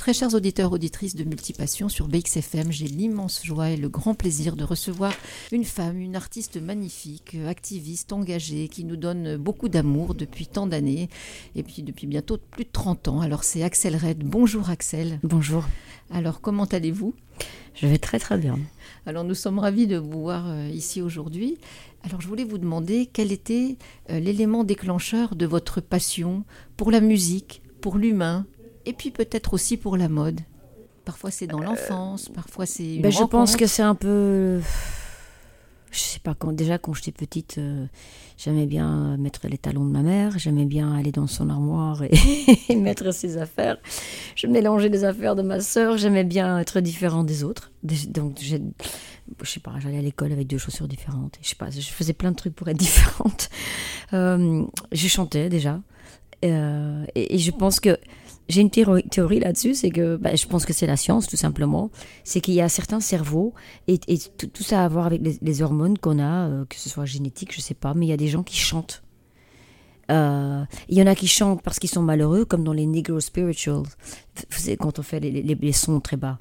Très chers auditeurs, auditrices de Multipassion sur BXFM, j'ai l'immense joie et le grand plaisir de recevoir une femme, une artiste magnifique, activiste, engagée, qui nous donne beaucoup d'amour depuis tant d'années, et puis depuis bientôt plus de 30 ans. Alors c'est Axelle Red. Bonjour Axelle. Bonjour. Alors comment allez-vous ? Je vais très très bien. Alors nous sommes ravis de vous voir ici aujourd'hui. Alors je voulais vous demander quel était l'élément déclencheur de votre passion pour la musique, pour l'humain, et puis peut-être aussi pour la mode. Parfois c'est dans l'enfance, parfois c'est une rencontre. Je pense que c'est un peu... Je sais pas, quand j'étais petite, j'aimais bien mettre les talons de ma mère, j'aimais bien aller dans son armoire et mettre ses affaires. Je mélangeais les affaires de ma sœur, j'aimais bien être différent des autres. Donc je sais pas, j'allais à l'école avec 2 chaussures différentes. Je sais pas, je faisais plein de trucs pour être différente. Je chantais déjà. Et je pense que j'ai une théorie là-dessus, c'est que je pense que c'est la science tout simplement, c'est qu'il y a certains cerveaux et tout ça a à voir avec les hormones qu'on a, que ce soit génétique, je sais pas, mais il y a des gens qui chantent. Il y en a qui chantent parce qu'ils sont malheureux, comme dans les Negro Spirituals, quand on fait les sons très bas.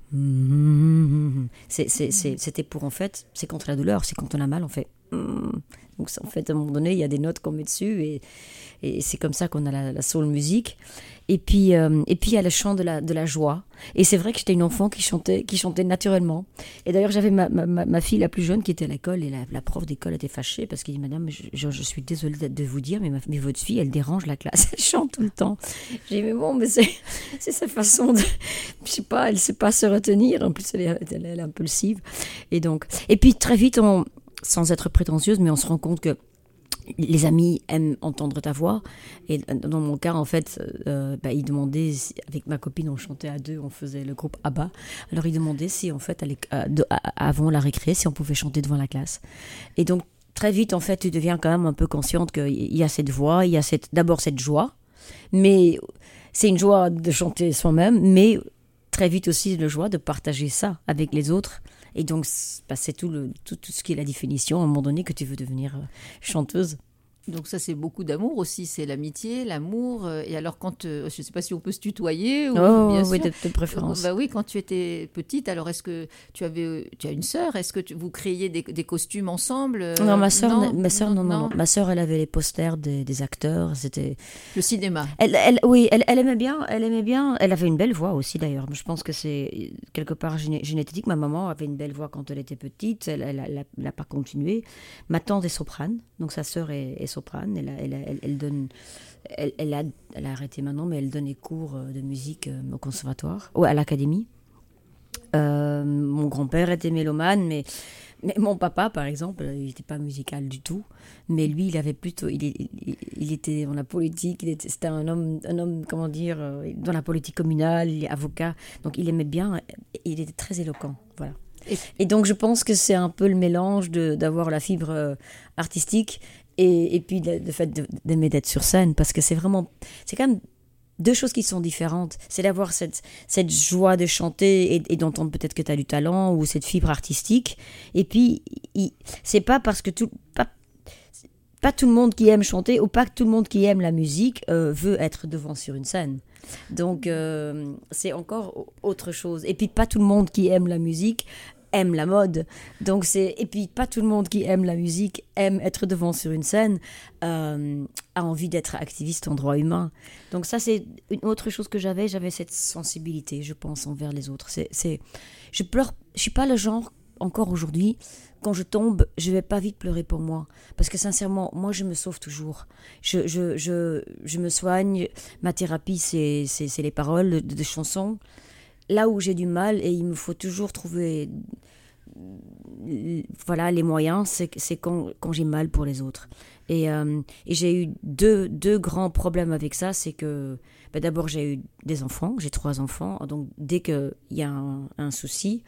C'était pour, en fait, c'est contre la douleur, c'est quand on a mal, on fait... Donc en fait, à un moment donné, il y a des notes qu'on met dessus et c'est comme ça qu'on a la soul music. Et puis il y a le chant de la joie. Et c'est vrai que j'étais une enfant qui chantait naturellement. Et d'ailleurs, j'avais ma fille la plus jeune qui était à l'école et la prof d'école était fâchée parce qu'elle dit « Madame, je suis désolée de vous dire, mais votre fille, elle dérange la classe, elle chante tout le temps. » J'ai dit « Mais bon, mais c'est sa façon de... Je sais pas, elle sait pas se retenir. En plus, elle est impulsive. » Et puis très vite, sans être prétentieuse, mais on se rend compte que les amis aiment entendre ta voix. Et dans mon cas, en fait, ils demandaient, avec ma copine, on chantait à 2, on faisait le groupe ABBA. Alors ils demandaient si, en fait, avant la récré, si on pouvait chanter devant la classe. Et donc, très vite, en fait, tu deviens quand même un peu consciente qu'il y a cette voix, il y a d'abord cette joie, mais c'est une joie de chanter soi-même, mais très vite aussi la joie de partager ça avec les autres. Et donc, c'est tout ce qui est la définition, à un moment donné, que tu veux devenir chanteuse. Donc ça, c'est beaucoup d'amour aussi, c'est l'amitié, l'amour. Et alors quand, je ne sais pas si on peut se tutoyer ou bien sûr. Oui, de préférence. Oui, quand tu étais petite, alors est-ce que tu as une sœur ? Est-ce que vous créiez des costumes ensemble ? Non, ma sœur, non. Ma sœur, elle avait les posters des acteurs, c'était... Le cinéma. Elle aimait bien, elle avait une belle voix aussi d'ailleurs. Je pense que c'est quelque part génétique. Ma maman avait une belle voix quand elle était petite, elle n'a pas continué. Ma tante est soprane, donc sa sœur est soprane, elle a arrêté maintenant, mais elle donne des cours de musique au conservatoire, ou à l'académie. Mon grand-père était mélomane, mais mon papa, par exemple, il n'était pas musical du tout, mais lui, il avait plutôt, il était dans la politique, c'était un homme, comment dire, dans la politique communale, il est avocat, donc il aimait bien, il était très éloquent, voilà. Et donc je pense que c'est un peu le mélange d'avoir la fibre artistique et puis le fait d'aimer d'être sur scène, parce que c'est quand même 2 choses qui sont différentes. C'est d'avoir cette joie de chanter et d'entendre peut-être que tu as du talent ou cette fibre artistique. Et puis, c'est pas parce que pas tout le monde qui aime chanter ou pas tout le monde qui aime la musique veut être devant sur une scène. Donc, c'est encore autre chose. Et puis, pas tout le monde qui aime la musique aime la mode. Donc et puis pas tout le monde qui aime la musique aime être devant sur une scène, a envie d'être activiste en droits humains. Donc ça, c'est une autre chose que j'avais cette sensibilité, je pense, envers les autres. Je pleure, je suis pas le genre, encore aujourd'hui, quand je tombe, je vais pas vite pleurer pour moi, parce que sincèrement, moi je me sauve toujours. Je me soigne, ma thérapie c'est les paroles de chansons. Là où j'ai du mal, et il me faut toujours trouver les moyens, c'est quand j'ai mal pour les autres. Et j'ai eu deux grands problèmes avec ça. C'est que d'abord, j'ai eu des enfants, j'ai 3 enfants. Donc dès qu'il y a un souci,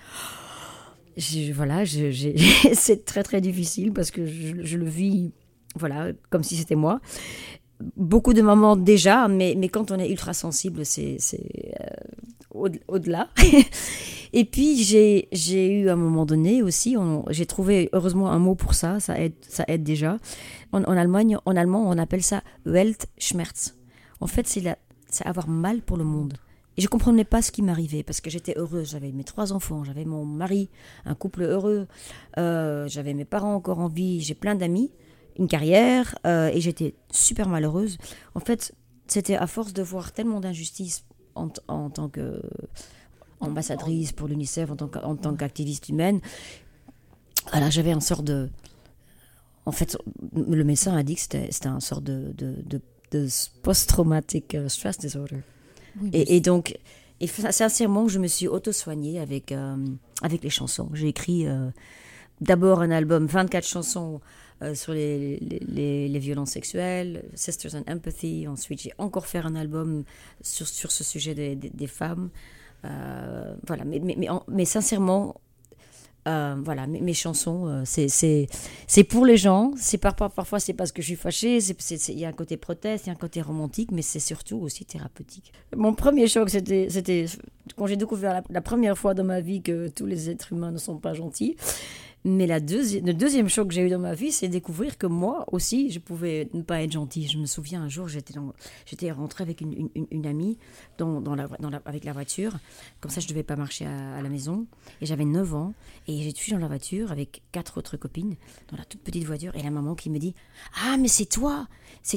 c'est très très difficile parce que je le vis comme si c'était moi. Beaucoup de mamans déjà, mais quand on est ultra sensible, c'est au-delà. Et puis j'ai eu à un moment donné aussi, j'ai trouvé heureusement un mot pour ça aide déjà. En allemand on appelle ça Weltschmerz. En fait, c'est avoir mal pour le monde. Et je ne comprenais pas ce qui m'arrivait parce que j'étais heureuse. J'avais mes 3 enfants, j'avais mon mari, un couple heureux, j'avais mes parents encore en vie, j'ai plein d'amis, une carrière et j'étais super malheureuse. En fait, c'était à force de voir tellement d'injustices en tant qu'ambassadrice pour l'UNICEF, en tant qu'activiste humaine. Voilà, j'avais une sorte de... En fait, le médecin a dit que c'était une sorte de post-traumatic stress disorder. Oui, et donc, sincèrement, je me suis auto-soignée avec les chansons. J'ai écrit d'abord un album, 24 chansons sur les violences sexuelles, Sisters and Empathy. Ensuite, j'ai encore fait un album sur ce sujet des femmes. Voilà, mais sincèrement... voilà, mes chansons, c'est pour les gens. Parfois, c'est parce que je suis fâchée. Il y a un côté proteste, il y a un côté romantique, mais c'est surtout aussi thérapeutique. Mon premier choc, c'était quand j'ai découvert la première fois dans ma vie que tous les êtres humains ne sont pas gentils. Mais le deuxième choc que j'ai eu dans ma vie, c'est découvrir que moi aussi, je pouvais ne pas être gentille. Je me souviens un jour, j'étais rentrée avec une amie avec la voiture. Comme ça, je ne devais pas marcher à la maison. Et j'avais 9 ans. Et je suis dans la voiture avec 4 autres copines, dans la toute petite voiture. Et la maman qui me dit « Ah, mais c'est toi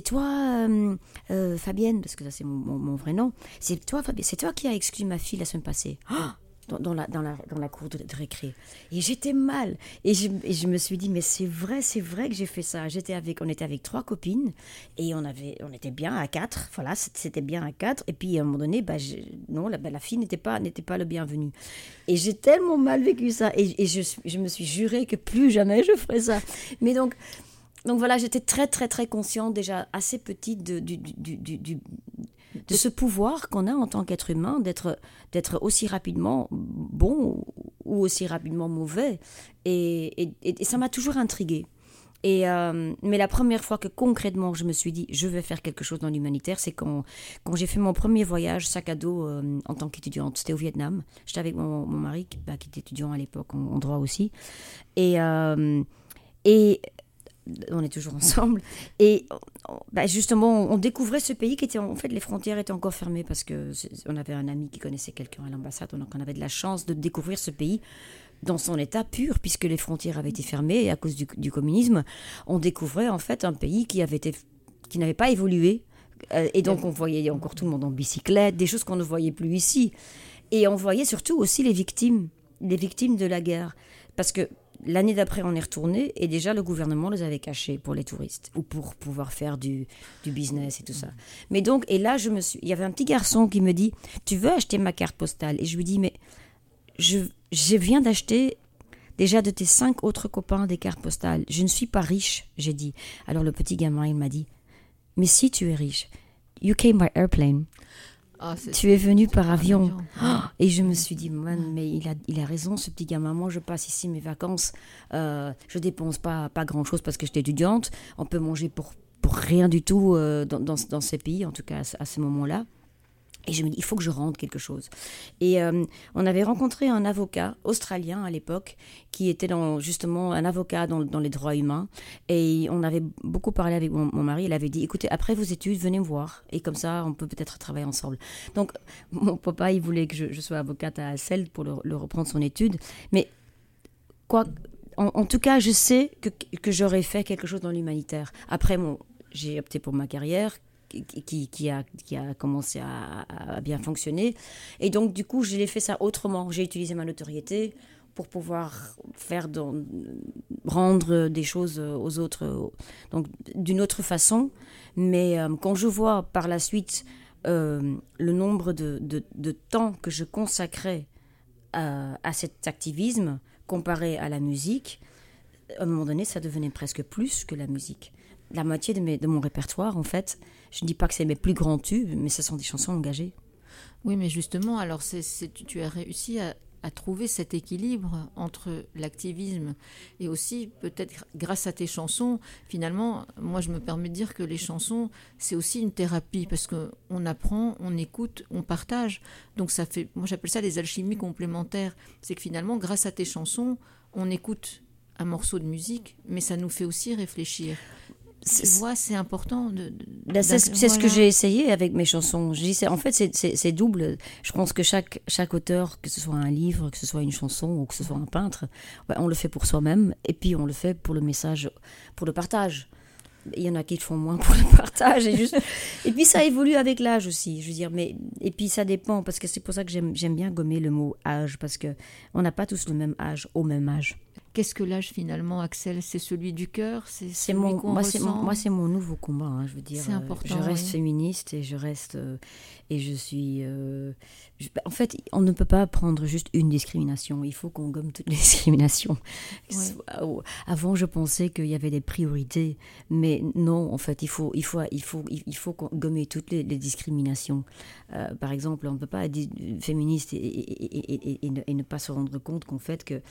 Fabienne, parce que ça, c'est mon vrai nom. C'est toi, Fabienne, c'est toi qui as exclu ma fille la semaine passée. Oh !» Dans la cour de récré. Et j'étais mal. Et je me suis dit, mais c'est vrai que j'ai fait ça. On était avec 3 copines et on était bien à 4. Voilà, c'était bien à 4. Et puis à un moment donné, la fille n'était pas le bienvenu. Et j'ai tellement mal vécu ça. Et je me suis juré que plus jamais je ferais ça. Mais donc voilà, j'étais très, très, très consciente, déjà assez petite de ce pouvoir qu'on a en tant qu'être humain d'être aussi rapidement bon ou aussi rapidement mauvais. Et ça m'a toujours intriguée. Mais la première fois que concrètement je me suis dit je vais faire quelque chose dans l'humanitaire, c'est quand j'ai fait mon premier voyage sac à dos en tant qu'étudiante. C'était au Vietnam. J'étais avec mon mari qui était étudiant à l'époque en droit aussi. Et on est toujours ensemble. Et justement, on découvrait ce pays qui était... En fait, les frontières étaient encore fermées parce qu'on avait un ami qui connaissait quelqu'un à l'ambassade. Donc, on avait de la chance de découvrir ce pays dans son état pur, puisque les frontières avaient été fermées. Et à cause du communisme, on découvrait en fait un pays qui n'avait pas évolué. Et donc, on voyait encore tout le monde en bicyclette, des choses qu'on ne voyait plus ici. Et on voyait surtout aussi les victimes de la guerre. Parce que l'année d'après, on est retourné et déjà le gouvernement les avait cachés pour les touristes ou pour pouvoir faire du business et tout ça. Mais donc, et là, il y avait un petit garçon qui me dit « Tu veux acheter ma carte postale ?» Et je lui dis « Mais je viens d'acheter déjà de tes 5 autres copains des cartes postales. Je ne suis pas riche, j'ai dit. » Alors le petit gamin, il m'a dit « Mais si tu es riche, you came by airplane. » Tu es venu par avion. Et je me suis dit, mais il a raison, ce petit gamin. Moi, je passe ici mes vacances. Je dépense pas grand-chose parce que j'étais étudiante. On peut manger pour rien du tout dans ces pays, en tout cas à ce moment-là. Et je me dis, il faut que je rende quelque chose. Et on avait rencontré un avocat australien à l'époque, qui était justement un avocat dans les droits humains. Et on avait beaucoup parlé avec mon mari. Il avait dit, écoutez, après vos études, venez me voir. Et comme ça, on peut peut-être travailler ensemble. Donc, mon papa, il voulait que je sois avocate à Hasselt pour le reprendre son étude. Mais en tout cas, je sais que j'aurais fait quelque chose dans l'humanitaire. Après, j'ai opté pour ma carrière, qui a commencé à bien fonctionner. Et donc, du coup, j'ai fait ça autrement. J'ai utilisé ma notoriété pour pouvoir rendre des choses aux autres, donc d'une autre façon. Mais quand je vois par la suite le nombre de temps que je consacrais à cet activisme comparé à la musique, à un moment donné, ça devenait presque plus que la musique. La moitié de mon répertoire, en fait, je ne dis pas que c'est mes plus grands tubes, mais ce sont des chansons engagées. Oui, mais justement, alors tu as réussi à trouver cet équilibre entre l'activisme et aussi, peut-être grâce à tes chansons, finalement, moi je me permets de dire que les chansons, c'est aussi une thérapie, parce qu'on apprend, on écoute, on partage. Donc ça fait, moi j'appelle ça les alchimies complémentaires. C'est que finalement, grâce à tes chansons, on écoute un morceau de musique, mais ça nous fait aussi réfléchir. Tu vois, c'est important c'est ce que j'ai essayé avec mes chansons. Je dis, en fait, c'est double. Je pense que chaque auteur, que ce soit un livre, que ce soit une chanson ou que ce soit un peintre, on le fait pour soi-même et puis on le fait pour le message, pour le partage. Il y en a qui le font moins pour le partage. Et puis ça évolue avec l'âge aussi. Je veux dire, et puis ça dépend, parce que c'est pour ça que j'aime bien gommer le mot âge, parce qu'on n'a pas tous le même âge, au même âge. Qu'est-ce que l'âge finalement, Axelle? C'est celui du cœur? C'est celui qu'on ressent? Moi, c'est mon nouveau combat. Je veux dire, c'est important, je reste féministe et je reste... et je suis... en fait, on ne peut pas prendre juste une discrimination. Il faut qu'on gomme toutes les discriminations. Ouais. Avant, je pensais qu'il y avait des priorités. Mais non, en fait, il faut gommer toutes les discriminations. Par exemple, on ne peut pas être féministe et ne pas se rendre compte qu'en fait que...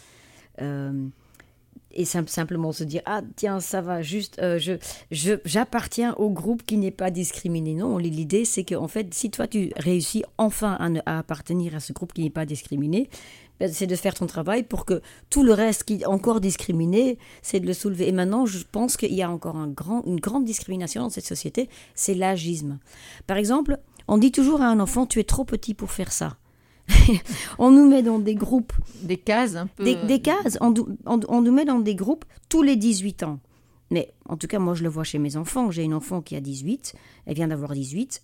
et simplement se dire tiens, ça va, juste j'appartiens au groupe qui n'est pas discriminé. Non, l'idée c'est que en fait, si toi tu réussis enfin à appartenir à ce groupe qui n'est pas discriminé, c'est de faire ton travail pour que tout le reste qui est encore discriminé, c'est de le soulever. Et maintenant, je pense qu'il y a encore une grande discrimination dans cette société, c'est l'agisme. Par exemple, on dit toujours à un enfant, tu es trop petit pour faire ça. On nous met dans des groupes. Des cases un peu. Des cases. On nous met dans des groupes tous les 18 ans. Mais en tout cas, moi, je le vois chez mes enfants. J'ai une enfant qui a 18. Elle vient d'avoir 18.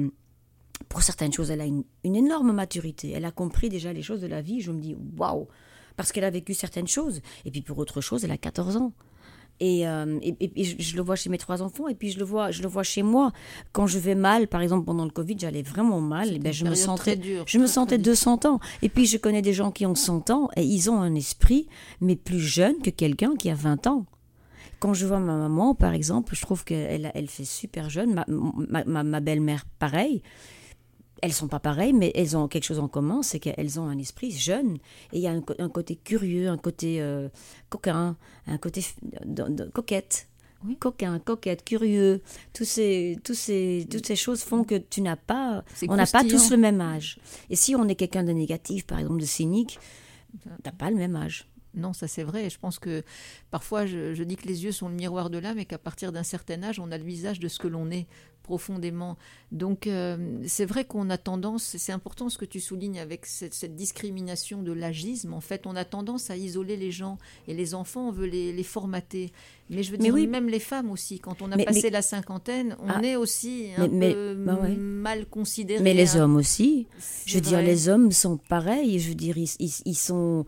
Pour certaines choses, elle a une énorme maturité. Elle a compris déjà les choses de la vie. Je me dis, waouh, parce qu'elle a vécu certaines choses. Et puis pour autre chose, elle a 14 ans. Et je le vois chez mes 3 enfants, et puis je le vois chez moi. Quand je vais mal, par exemple pendant le Covid, j'allais vraiment mal, et je me sentais 200 ans. Et puis je connais des gens qui ont 100 ans, et ils ont un esprit, mais plus jeune que quelqu'un qui a 20 ans. Quand je vois ma maman, par exemple, je trouve qu'elle fait super jeune. Ma belle-mère, pareil. Elles sont pas pareilles, mais elles ont quelque chose en commun, c'est qu'elles ont un esprit jeune. Et il y a un côté curieux, un côté coquin, un côté coquette. Oui. Coquin, coquette, curieux. Toutes ces choses font que on n'a pas tous le même âge. Et si on est quelqu'un de négatif, par exemple de cynique, t'as pas le même âge. Non, ça c'est vrai. Je pense que parfois je dis que les yeux sont le miroir de l'âme et qu'à partir d'un certain âge, on a le visage de ce que l'on est profondément. Donc c'est vrai qu'on a tendance, c'est important ce que tu soulignes avec cette discrimination de l'agisme. En fait, on a tendance à isoler les gens et les enfants, on veut les formater. Mais je veux dire, oui. Même les femmes aussi, quand on a passé la cinquantaine, on est aussi un peu mal considérés. Mais les hommes aussi. Je veux dire, les hommes sont pareils. Je veux dire, ils sont...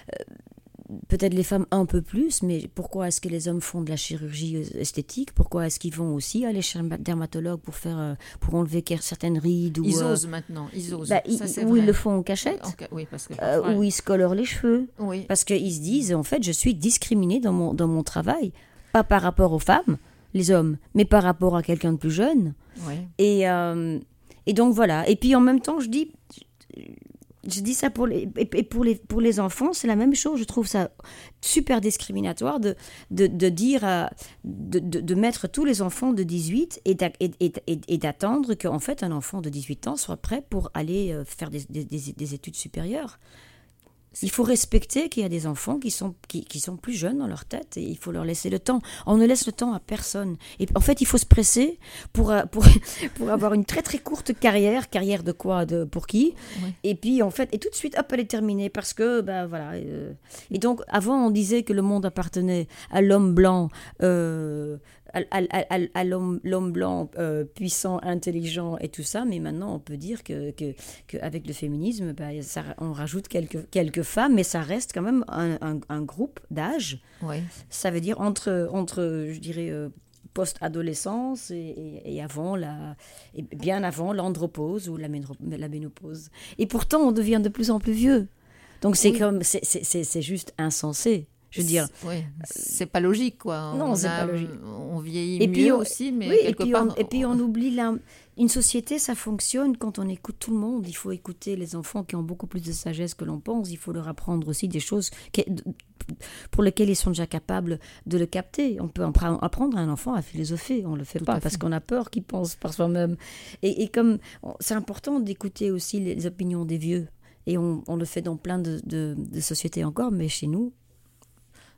peut-être les femmes un peu plus, mais pourquoi est-ce que les hommes font de la chirurgie esthétique? Pourquoi est-ce qu'ils vont aussi aller chez un dermatologue pour enlever certaines rides? Ils osent maintenant, ils osent. Ou ils le font en cachette, oui, parce que ou ils se colorent les cheveux. Oui. Parce qu'ils se disent, en fait, je suis discriminée dans mon travail, pas par rapport aux femmes, les hommes, mais par rapport à quelqu'un de plus jeune. Oui. Et donc voilà. Et puis en même temps, je dis ça pour les enfants, c'est la même chose. Je trouve ça super discriminatoire de dire de mettre tous les enfants de 18 et d'attendre qu'en fait un enfant de 18 ans soit prêt pour aller faire des études supérieures. Il faut respecter qu'il y a des enfants qui sont plus jeunes dans leur tête, et il faut leur laisser le temps. On ne laisse le temps à personne. Et en fait, il faut se presser pour avoir une très très courte carrière. Carrière de quoi? Pour qui? Oui. Et puis en fait, et tout de suite, hop, elle est terminée parce que voilà. Et donc avant, on disait que le monde appartenait à l'homme blanc. À l'homme blanc puissant, intelligent et tout ça, mais maintenant on peut dire que avec le féminisme, on rajoute quelques femmes, mais ça reste quand même un groupe d'âge. Oui. Ça veut dire entre je dirais post-adolescence et bien avant l'andropause ou la ménopause. Et pourtant on devient de plus en plus vieux. Donc c'est juste insensé. Je veux dire, c'est pas logique, quoi. Non, c'est pas logique. On vieillit mieux aussi, mais quelque part... Et puis on oublie une société, ça fonctionne quand on écoute tout le monde. Il faut écouter les enfants qui ont beaucoup plus de sagesse que l'on pense. Il faut leur apprendre aussi des choses pour lesquelles ils sont déjà capables de le capter. On peut apprendre à un enfant à philosopher. On le fait pas parce qu'on a peur qu'il pense par soi-même. Et comme c'est important d'écouter aussi les opinions des vieux. Et on le fait dans plein de sociétés encore, mais chez nous,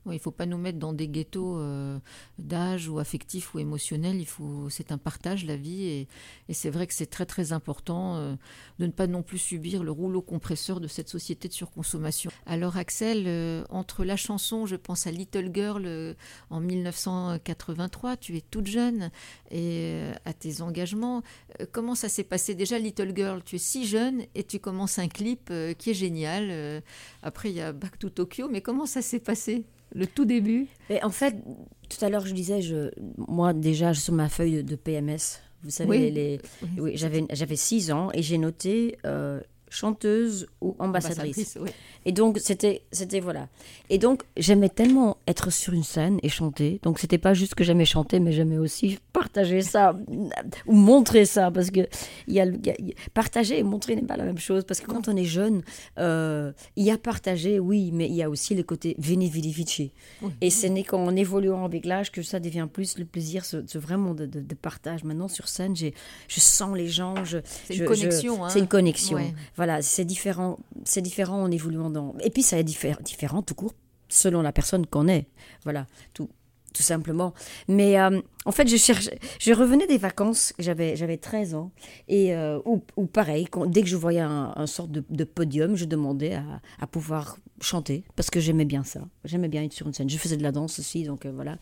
Oui, il ne faut pas nous mettre dans des ghettos d'âge ou affectifs ou émotionnels. C'est un partage, la vie. Et c'est vrai que c'est très, très important de ne pas non plus subir le rouleau compresseur de cette société de surconsommation. Alors Axel, entre la chanson, je pense à Little Girl en 1983, tu es toute jeune, et à tes engagements. Comment ça s'est passé? Déjà, Little Girl, tu es si jeune et tu commences un clip qui est génial. Après, il y a Back to Tokyo, mais comment ça s'est passé, le tout début? Et en fait, tout à l'heure, je disais, moi déjà, sur ma feuille de PMS, vous savez, oui, j'avais 6 ans et j'ai noté chanteuse ou ambassadrice. Oui. Et donc, c'était voilà. Et donc, j'aimais tellement être sur une scène et chanter. Donc, c'était pas juste que j'aimais chanter, mais j'aimais aussi partager ça ou montrer ça. Parce que partager et montrer n'est pas la même chose. Parce que quand on est jeune, il y a partager, oui, mais il y a aussi le côté veni vidi vici. Oui. Et ce n'est qu'en évoluant avec l'âge que ça devient plus le plaisir, vraiment de partage. Maintenant, sur scène, je sens les gens. C'est une connexion. C'est une connexion. Ouais. Voilà, c'est différent en évoluant dans... Et puis ça est différent tout court, selon la personne qu'on est. Voilà, tout simplement. Mais en fait, je revenais des vacances, j'avais 13 ans, et où pareil, dès que je voyais un sorte de podium, je demandais à pouvoir chanter, parce que j'aimais bien ça. J'aimais bien être sur une scène. Je faisais de la danse aussi, donc voilà.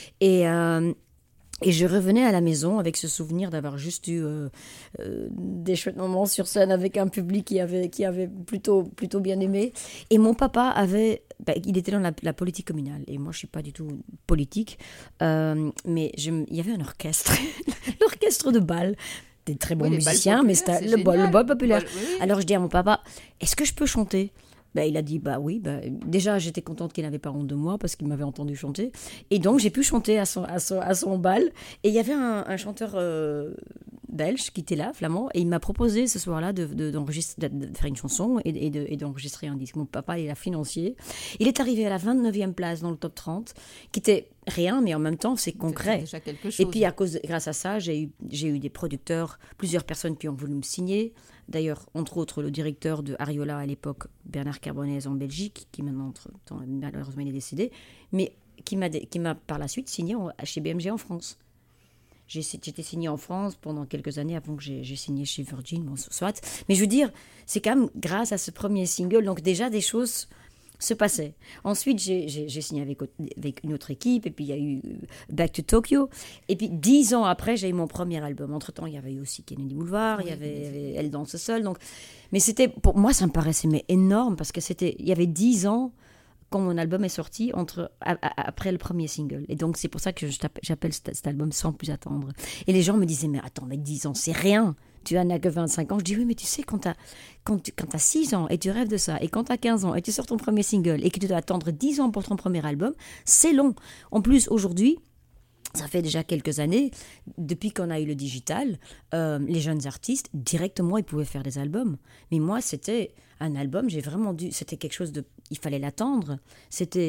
Et je revenais à la maison avec ce souvenir d'avoir juste eu des chouettes moments sur scène avec un public qui avait plutôt bien aimé. Et mon papa il était dans la politique communale. Et moi, je ne suis pas du tout politique. Mais il y avait un orchestre, l'orchestre de bal. Des très bons musiciens, mais c'était le bal populaire. Oui. Alors je dis à mon papa, est-ce que je peux chanter? Il a dit oui. Déjà, j'étais contente qu'il n'avait pas honte de moi parce qu'il m'avait entendu chanter. Et donc, j'ai pu chanter à son bal. Et il y avait un chanteur belge qui était là, flamand, et il m'a proposé ce soir-là de faire une chanson et d'enregistrer un disque. Mon papa, il est financier. Il est arrivé à la 29e place dans le top 30, qui était rien, mais en même temps, c'est concret. Déjà quelque chose. Et puis, grâce à ça, j'ai eu des producteurs, plusieurs personnes qui ont voulu me signer. D'ailleurs, entre autres, le directeur de Ariola à l'époque, Bernard Carbonès en Belgique, qui maintenant, malheureusement, il est décédé, mais qui m'a par la suite signé chez BMG en France. J'étais signée en France pendant quelques années avant que j'ai signé chez Virgin, soit. Mais je veux dire, c'est quand même grâce à ce premier single, donc déjà des choses se passaient. Ensuite, j'ai signé avec une autre équipe, et puis il y a eu Back to Tokyo. Et puis 10 ans après, j'ai eu mon premier album. Entre-temps, il y avait eu aussi Kennedy Boulevard, il y avait Elle danse seule. Donc... Mais pour moi, ça me paraissait énorme, parce que il y avait 10 ans quand mon album est sorti, après le premier single. Et donc, c'est pour ça que j'appelle cet album Sans plus attendre. Et les gens me disaient, mais attends, 10 ans, c'est rien. Tu n'as que 25 ans. Je dis, oui, mais tu sais, quand tu as 6 ans et tu rêves de ça, et quand tu as 15 ans et tu sors ton premier single et que tu dois attendre 10 ans pour ton premier album, c'est long. En plus, aujourd'hui, ça fait déjà quelques années, depuis qu'on a eu le digital, les jeunes artistes, directement, ils pouvaient faire des albums. Mais moi, c'était un album, c'était quelque chose il fallait l'attendre. C'était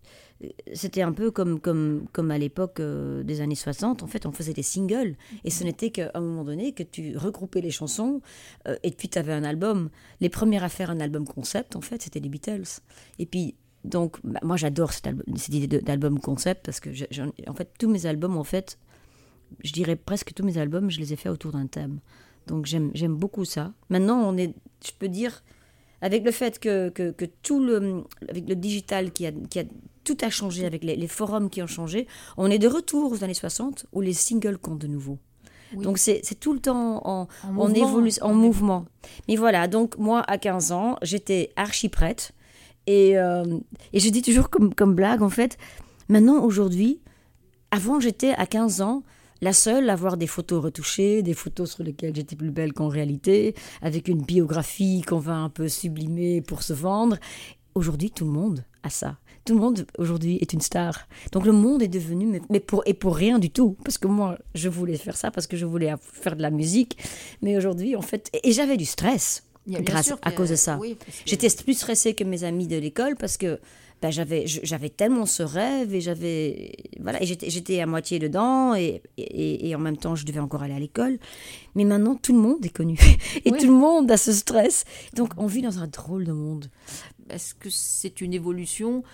un peu comme à l'époque des années 60, en fait, on faisait des singles. Et ce n'était qu'à un moment donné que tu regroupais les chansons, et puis tu avais un album. Les premières à faire un album concept, en fait, c'était les Beatles. Et puis, donc, moi, j'adore cette idée d'album concept, parce que, en fait, tous mes albums, en fait, je dirais presque tous mes albums, je les ai faits autour d'un thème. Donc, j'aime beaucoup ça. Maintenant, je peux dire, avec le fait que avec le digital tout a changé, avec les forums qui ont changé, on est de retour aux années 60, où les singles comptent de nouveau. Oui. Donc, c'est tout le temps en mouvement. Mais voilà, donc, moi, à 15 ans, j'étais archi prête. Et je dis toujours comme blague, en fait, maintenant, aujourd'hui, avant, j'étais à 15 ans la seule à avoir des photos retouchées, des photos sur lesquelles j'étais plus belle qu'en réalité, avec une biographie qu'on va un peu sublimer pour se vendre. Aujourd'hui, tout le monde a ça. Tout le monde, aujourd'hui, est une star. Donc, le monde est devenu... pour rien du tout. Parce que moi, je voulais faire ça, parce que je voulais faire de la musique. Mais aujourd'hui, en fait... Et j'avais du stress. À cause de ça. Oui, j'étais plus stressée que mes amis de l'école, parce que j'avais tellement ce rêve, et j'étais à moitié dedans, et en même temps je devais encore aller à l'école. Mais maintenant tout le monde est connu et tout le monde a ce stress. Donc on vit dans un drôle de monde. Est-ce que c'est une évolution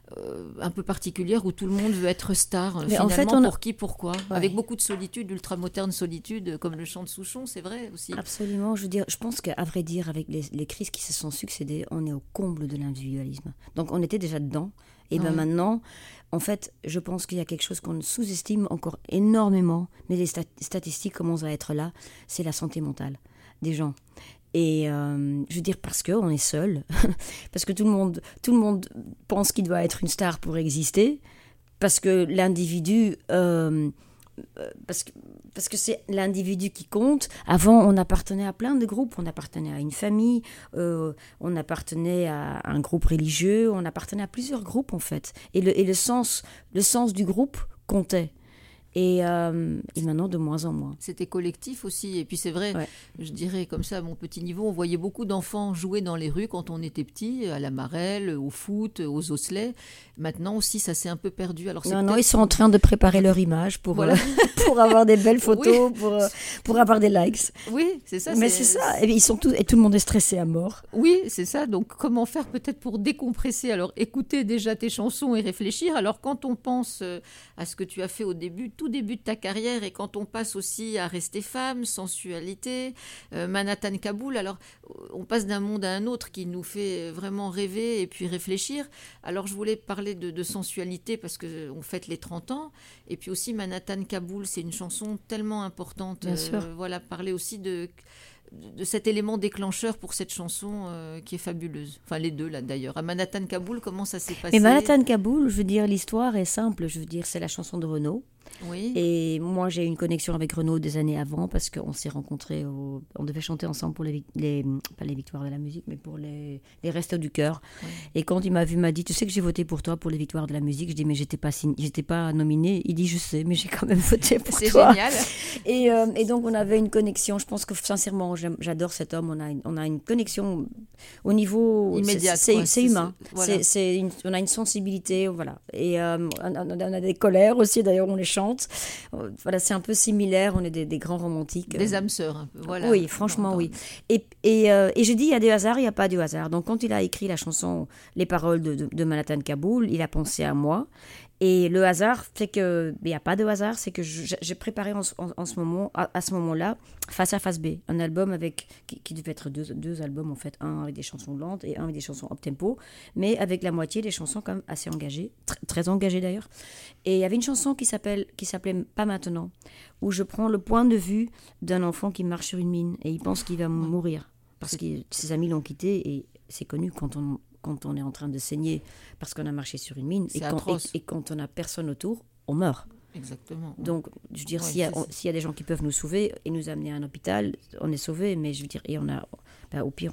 un peu particulière où tout le monde veut être star. Mais finalement, en fait, pour qui, pourquoi? Ouais. Avec beaucoup de solitude, ultra-moderne solitude, comme le chant de Souchon, c'est vrai aussi. Absolument, je veux dire, je pense qu'à vrai dire, avec les crises qui se sont succédées, on est au comble de l'individualisme. Donc on était déjà dedans, et bien maintenant, en fait, je pense qu'il y a quelque chose qu'on sous-estime encore énormément, mais les statistiques commencent à être là, c'est la santé mentale des gens. Et je veux dire, parce qu'on est seul, parce que tout le monde pense qu'il doit être une star pour exister, parce que l'individu... parce que c'est l'individu qui compte. Avant, on appartenait à plein de groupes. On appartenait à une famille, on appartenait à un groupe religieux, on appartenait à plusieurs groupes, en fait. Et le sens du groupe comptait. Et maintenant, de moins en moins. C'était collectif aussi. Et puis c'est vrai, je dirais comme ça, à mon petit niveau, on voyait beaucoup d'enfants jouer dans les rues quand on était petit, à la marelle, au foot, aux osselets. Maintenant aussi, ça s'est un peu perdu. Alors, non, ils sont en train de préparer leur image pour, pour avoir des belles photos, pour avoir des likes. Oui, c'est ça. Mais c'est ça. Et tout le monde est stressé à mort. Oui, c'est ça. Donc, comment faire peut-être pour décompresser? Alors, écouter déjà tes chansons et réfléchir. Alors, quand on pense à ce que tu as fait au début, tout début de ta carrière, et quand on passe aussi à Rester femme, Sensualité, Manhattan Kaboul, alors on passe d'un monde à un autre qui nous fait vraiment rêver et puis réfléchir. Alors je voulais parler de Sensualité parce qu'on fête les 30 ans, et puis aussi Manhattan Kaboul, c'est une chanson tellement importante. Bien sûr. Voilà, parler aussi de cet élément déclencheur pour cette chanson qui est fabuleuse. Enfin, les deux, là, d'ailleurs. À Manhattan Kaboul, comment ça s'est passé? Mais Manhattan Kaboul, je veux dire, l'histoire est simple. Je veux dire, c'est la chanson de Renaud. Oui. Et moi, j'ai eu une connexion avec Renaud des années avant parce qu'on s'est rencontrés, on devait chanter ensemble pour pas les victoires de la musique, mais pour les Restos du Cœur. Oui. Et quand il m'a vu, il m'a dit, tu sais que j'ai voté pour toi pour les victoires de la musique. Je dis, mais j'étais pas nominée. Il dit, je sais, mais j'ai quand même voté pour toi. C'est génial. Et donc, on avait une connexion. Je pense que sincèrement, j'adore cet homme. On a une connexion au niveau immédiat. C'est humain. Voilà. On a une sensibilité, voilà. Et on a des colères aussi. D'ailleurs, on les chante. Voilà, c'est un peu similaire. On est des grands romantiques. Des âmes sœurs, un peu. Voilà. Oui, franchement, oui. Et je dis, il y a des hasards, il n'y a pas de hasard. Donc, quand il a écrit la chanson, les paroles de Manhattan Kaboul, il a pensé à moi. Et le hasard, c'est que, il n'y a pas de hasard, c'est que j'ai préparé à ce moment-là, Face A Face B, un album qui devait être deux albums en fait, un avec des chansons lentes et un avec des chansons up-tempo, mais avec la moitié des chansons quand même assez engagées, très engagées d'ailleurs. Et il y avait une chanson qui s'appelait Pas maintenant, où je prends le point de vue d'un enfant qui marche sur une mine et il pense qu'il va mourir parce que ses amis l'ont quitté, et c'est connu quand on est en train de saigner parce qu'on a marché sur une mine et quand on n'a personne autour, on meurt. Exactement. Donc, je veux dire, s'il y a des gens qui peuvent nous sauver et nous amener à un hôpital, on est sauvé, mais je veux dire, et on a, au pire,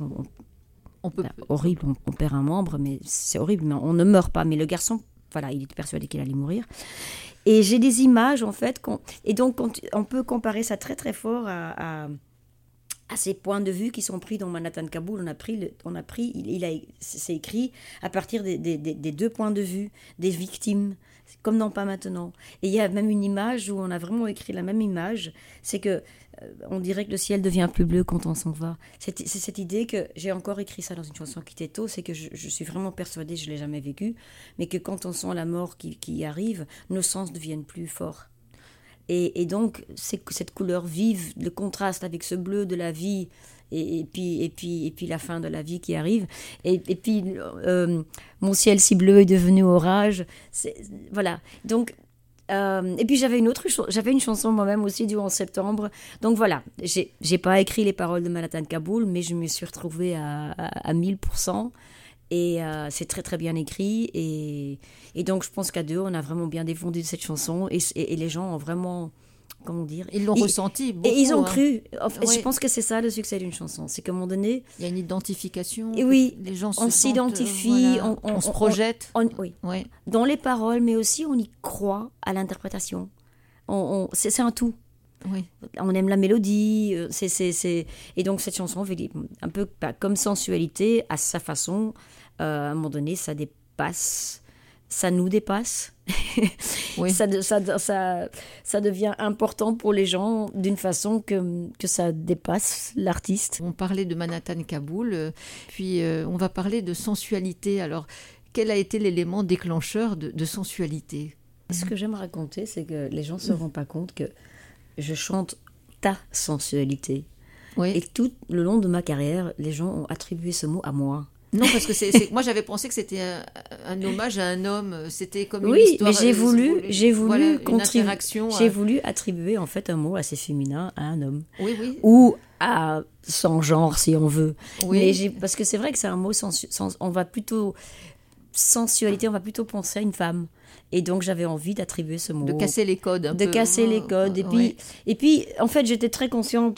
horrible, on perd un membre, mais c'est horrible, mais on ne meurt pas. Mais le garçon, voilà, il était persuadé qu'il allait mourir. Et j'ai des images, en fait, et donc on peut comparer ça très très fort à ces points de vue qui sont pris dans Manhattan Kaboul. C'est écrit à partir des deux points de vue des victimes, comme dans Pas maintenant. Et il y a même une image où on a vraiment écrit la même image, c'est que on dirait que le ciel devient plus bleu quand on s'en va. C'est cette idée que j'ai encore écrit ça dans une chanson qui était tôt, c'est que je suis vraiment persuadée, je ne l'ai jamais vécu, mais que quand on sent la mort qui arrive, nos sens deviennent plus forts. Et donc, c'est cette couleur vive, le contraste avec ce bleu de la vie, et puis la fin de la vie qui arrive. Et puis, mon ciel si bleu est devenu orage. Voilà. Donc, et puis, j'avais une chanson moi-même aussi du 11 septembre. Donc, voilà. J'ai pas écrit les paroles de Manhattan Kaboul, mais je me suis retrouvée à 1000%. Et c'est très très bien écrit, et donc je pense qu'à deux on a vraiment bien défendu cette chanson, et les gens ont vraiment, comment dire, ils l'ont ressenti beaucoup, et ils ont cru. Je pense que c'est ça le succès d'une chanson, c'est qu'à un moment donné il y a une identification, et oui, les gens on s'identifie, voilà, on se projette oui, dans les paroles, mais aussi on y croit à l'interprétation. C'est un tout. Oui. On aime la mélodie, et donc cette chanson, un peu comme Sensualité, à sa façon, à un moment donné, ça nous dépasse. Oui. ça devient important pour les gens d'une façon que ça dépasse l'artiste. On parlait de Manhattan Kaboul, puis on va parler de Sensualité. Alors, quel a été l'élément déclencheur de sensualité? Ce que j'aime raconter, c'est que les gens ne se rendent pas compte que je chante ta sensualité. Oui. Et tout le long de ma carrière, les gens ont attribué ce mot à moi. Non, parce que moi j'avais pensé que c'était un hommage à un homme, c'était comme une Oui, histoire. mais j'ai voulu voilà, une interaction. J'ai voulu attribuer en fait un mot assez féminin à un homme. Oui, oui. Ou à son genre, si on veut. Oui. Mais parce que c'est vrai que c'est un mot on va plutôt sensualité, on va plutôt penser à une femme. Et donc j'avais envie d'attribuer ce mot. De casser les codes un peu. De casser les codes. Et puis en fait j'étais très consciente.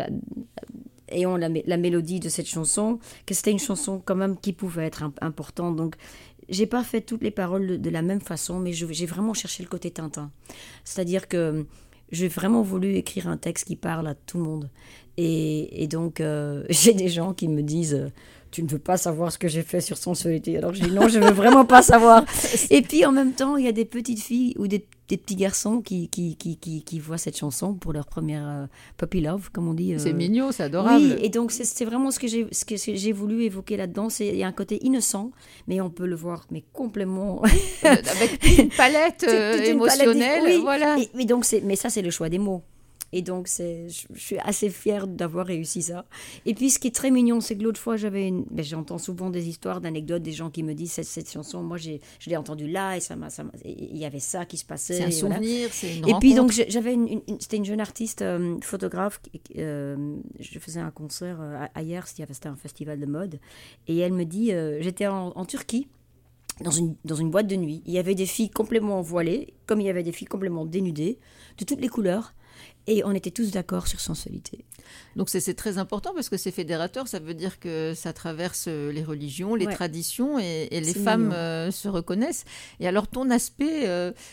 Ayant la mélodie de cette chanson, que c'était une chanson quand même qui pouvait être importante. Donc, j'ai pas fait toutes les paroles de la même façon, mais j'ai vraiment cherché le côté Tintin. C'est-à-dire que j'ai vraiment voulu écrire un texte qui parle à tout le monde. Et donc, j'ai des gens qui me disent tu ne veux pas savoir ce que j'ai fait sur sensualité. Alors, je dis non, je veux vraiment pas savoir. Et puis, en même temps, il y a des petites filles ou des petits garçons qui voient cette chanson pour leur première puppy love, comme on dit. C'est mignon, c'est adorable. Oui, et donc c'est vraiment ce que j'ai voulu évoquer là-dedans. Il y a un côté innocent, mais on peut le voir mais complètement avec une palette émotionnelle. Oui. Voilà. Mais ça, c'est le choix des mots. Et donc, je suis assez fière d'avoir réussi ça. Et puis, ce qui est très mignon, c'est que l'autre fois, j'entends souvent des histoires, d'anecdotes, des gens qui me disent cette chanson, moi, je l'ai entendue là, et il y avait ça qui se passait. C'est un souvenir, voilà. c'est une et rencontre. puis, donc, c'était une jeune artiste, photographe. Je faisais un concert à Hyères, c'était un festival de mode. Et elle me dit, j'étais en Turquie, dans une boîte de nuit. Il y avait des filles complètement voilées, comme il y avait des filles complètement dénudées, de toutes les couleurs. Et on était tous d'accord sur sensualité. Donc c'est très important parce que c'est fédérateur, ça veut dire que ça traverse les religions, les traditions et les femmes se reconnaissent. Et alors ton aspect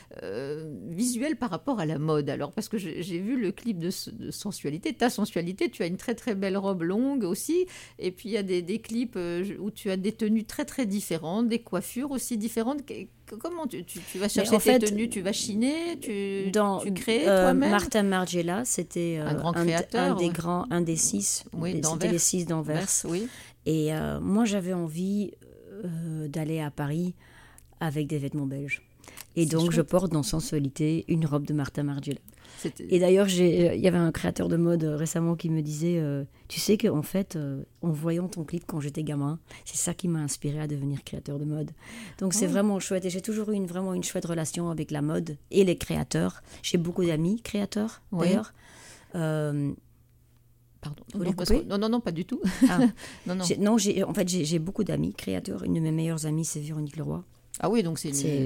visuel par rapport à la mode, alors parce que j'ai vu le clip de sensualité, ta sensualité, tu as une très très belle robe longue aussi, et puis il y a des clips où tu as des tenues très très différentes, des coiffures aussi différentes. Comment tu vas chercher tes tenues, tu vas chiner, tu crées toi-même? Martin Margiela, c'était un grand créateur, un des 6, c'était les 6 d'Anvers. Oui. Et moi, j'avais envie d'aller à Paris avec des vêtements belges. Et donc, chouette. Je porte dans Sensualité une robe de Martin Margiela. Et d'ailleurs, il y avait un créateur de mode récemment qui me disait tu sais qu'en fait, en voyant ton clip quand j'étais gamin, c'est ça qui m'a inspiré à devenir créateur de mode. Donc c'est vraiment chouette. Et j'ai toujours eu vraiment une chouette relation avec la mode et les créateurs. J'ai beaucoup d'amis créateurs, d'ailleurs. Pardon. Non, pas du tout. Ah. J'ai beaucoup d'amis créateurs. Une de mes meilleures amies, c'est Véronique Leroy. Ah oui, donc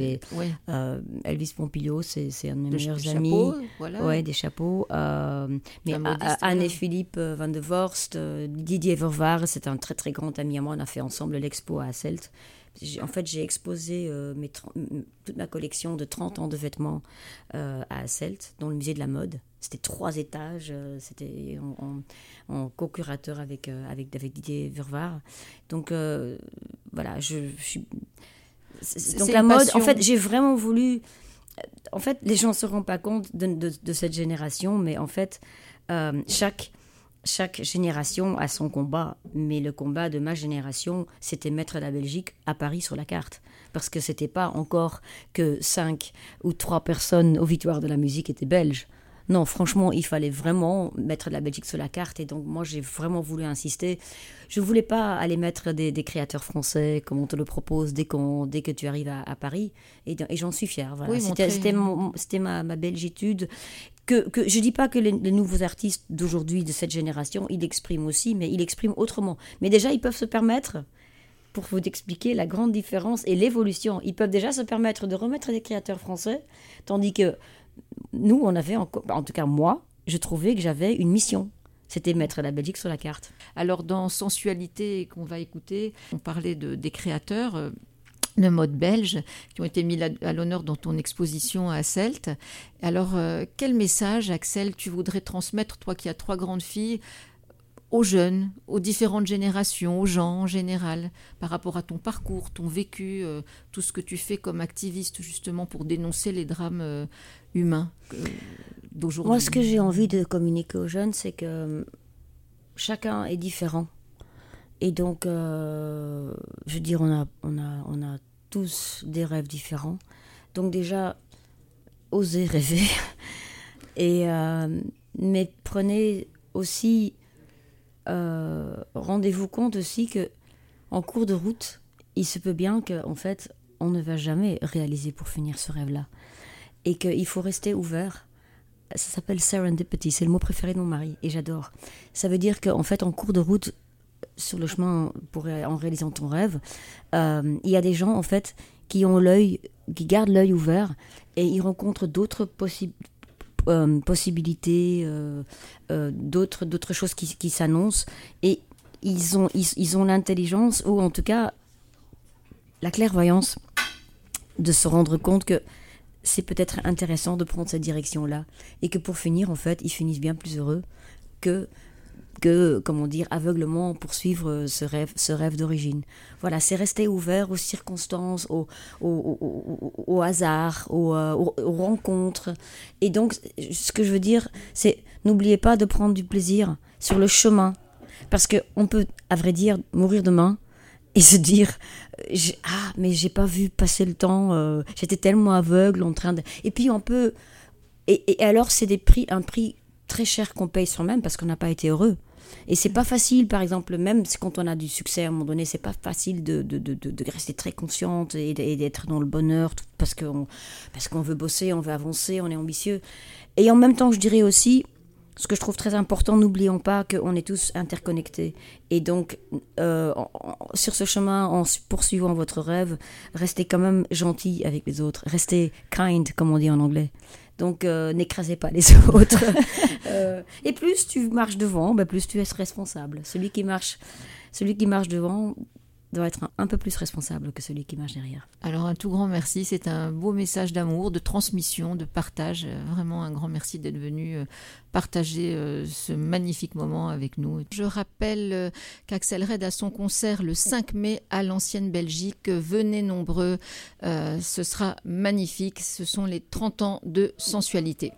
Elvis Pompilio, c'est un de mes meilleurs amis. Chapeaux, voilà. Ouais, des chapeaux. Mais Anne-Philippe Van de Vorst, Didier Vervaar, c'est un très très grand ami à moi. On a fait ensemble l'expo à Asselt. En fait, j'ai exposé toute ma collection de 30 ans de vêtements à Asselt, dans le musée de la mode. C'était 3 étages, c'était en co-curateur avec Didier Vervaar. Donc voilà, je suis... Donc la mode, en fait, j'ai vraiment voulu... En fait, les gens ne se rendent pas compte de cette génération, mais en fait, chaque génération a son combat. Mais le combat de ma génération, c'était mettre la Belgique à Paris sur la carte. Parce que ce n'était pas encore que 5 ou 3 personnes aux victoires de la musique étaient belges. Non, franchement, il fallait vraiment mettre la Belgique sur la carte. Et donc, moi, j'ai vraiment voulu insister. Je ne voulais pas aller mettre des créateurs français, comme on te le propose, dès que tu arrives à Paris. Et j'en suis fière. Voilà. Oui, c'était ma belgitude. Que je ne dis pas que les nouveaux artistes d'aujourd'hui, de cette génération, ils l'expriment aussi, mais ils l'expriment autrement. Mais déjà, ils peuvent se permettre... Pour vous expliquer la grande différence et l'évolution. Ils peuvent déjà se permettre de remettre des créateurs français, tandis que nous, on avait, en tout cas moi, je trouvais que j'avais une mission. C'était mettre la Belgique sur la carte. Alors dans Sensualité qu'on va écouter, on parlait des créateurs de mode belge qui ont été mis à l'honneur dans ton exposition à Asselt. Alors quel message, Axel, tu voudrais transmettre, toi qui as 3 grandes filles, aux jeunes, aux différentes générations, aux gens en général, par rapport à ton parcours, ton vécu, tout ce que tu fais comme activiste justement pour dénoncer les drames humains d'aujourd'hui. Moi, ce que j'ai envie de communiquer aux jeunes, c'est que chacun est différent. Et donc, je veux dire, on a tous des rêves différents. Donc déjà, osez rêver. Mais prenez aussi, rendez-vous compte aussi que en cours de route, il se peut bien qu'en fait, on ne va jamais réaliser pour finir ce rêve-là. Et qu'il faut rester ouvert. Ça s'appelle serendipity, c'est le mot préféré de mon mari, et j'adore. Ça veut dire qu'en fait, en cours de route, sur le chemin en réalisant ton rêve, il y a des gens en fait qui gardent l'œil ouvert et ils rencontrent d'autres possibilités, d'autres choses qui s'annoncent, et ils ont l'intelligence, ou en tout cas la clairvoyance, de se rendre compte que c'est peut-être intéressant de prendre cette direction-là, et que pour finir, en fait, ils finissent bien plus heureux que comment dire, aveuglement poursuivre ce rêve d'origine. Voilà, c'est rester ouvert aux circonstances, au hasard, aux rencontres. Et donc, ce que je veux dire, c'est n'oubliez pas de prendre du plaisir sur le chemin. Parce qu'on peut, à vrai dire, mourir demain et se dire mais j'ai pas vu passer le temps, j'étais tellement aveugle en train de... Et puis on peut... Et alors c'est un prix très cher qu'on paye soi-même parce qu'on n'a pas été heureux. Et c'est pas facile, par exemple, même quand on a du succès à un moment donné, c'est pas facile de rester très consciente et d'être dans le bonheur parce qu'on veut bosser, on veut avancer, on est ambitieux. Et en même temps, je dirais aussi, ce que je trouve très important, n'oublions pas qu'on est tous interconnectés. Et donc, sur ce chemin, en poursuivant votre rêve, restez quand même gentil avec les autres. Restez kind, comme on dit en anglais. Donc, n'écrasez pas les autres. Et plus tu marches devant, plus tu es responsable. Celui qui marche devant doit être un peu plus responsable que celui qui marche derrière. Alors un tout grand merci, c'est un beau message d'amour, de transmission, de partage. Vraiment un grand merci d'être venu partager ce magnifique moment avec nous. Je rappelle qu'Axel Red a son concert le 5 mai à l'Ancienne Belgique. Venez nombreux, ce sera magnifique. Ce sont les 30 ans de sensualité.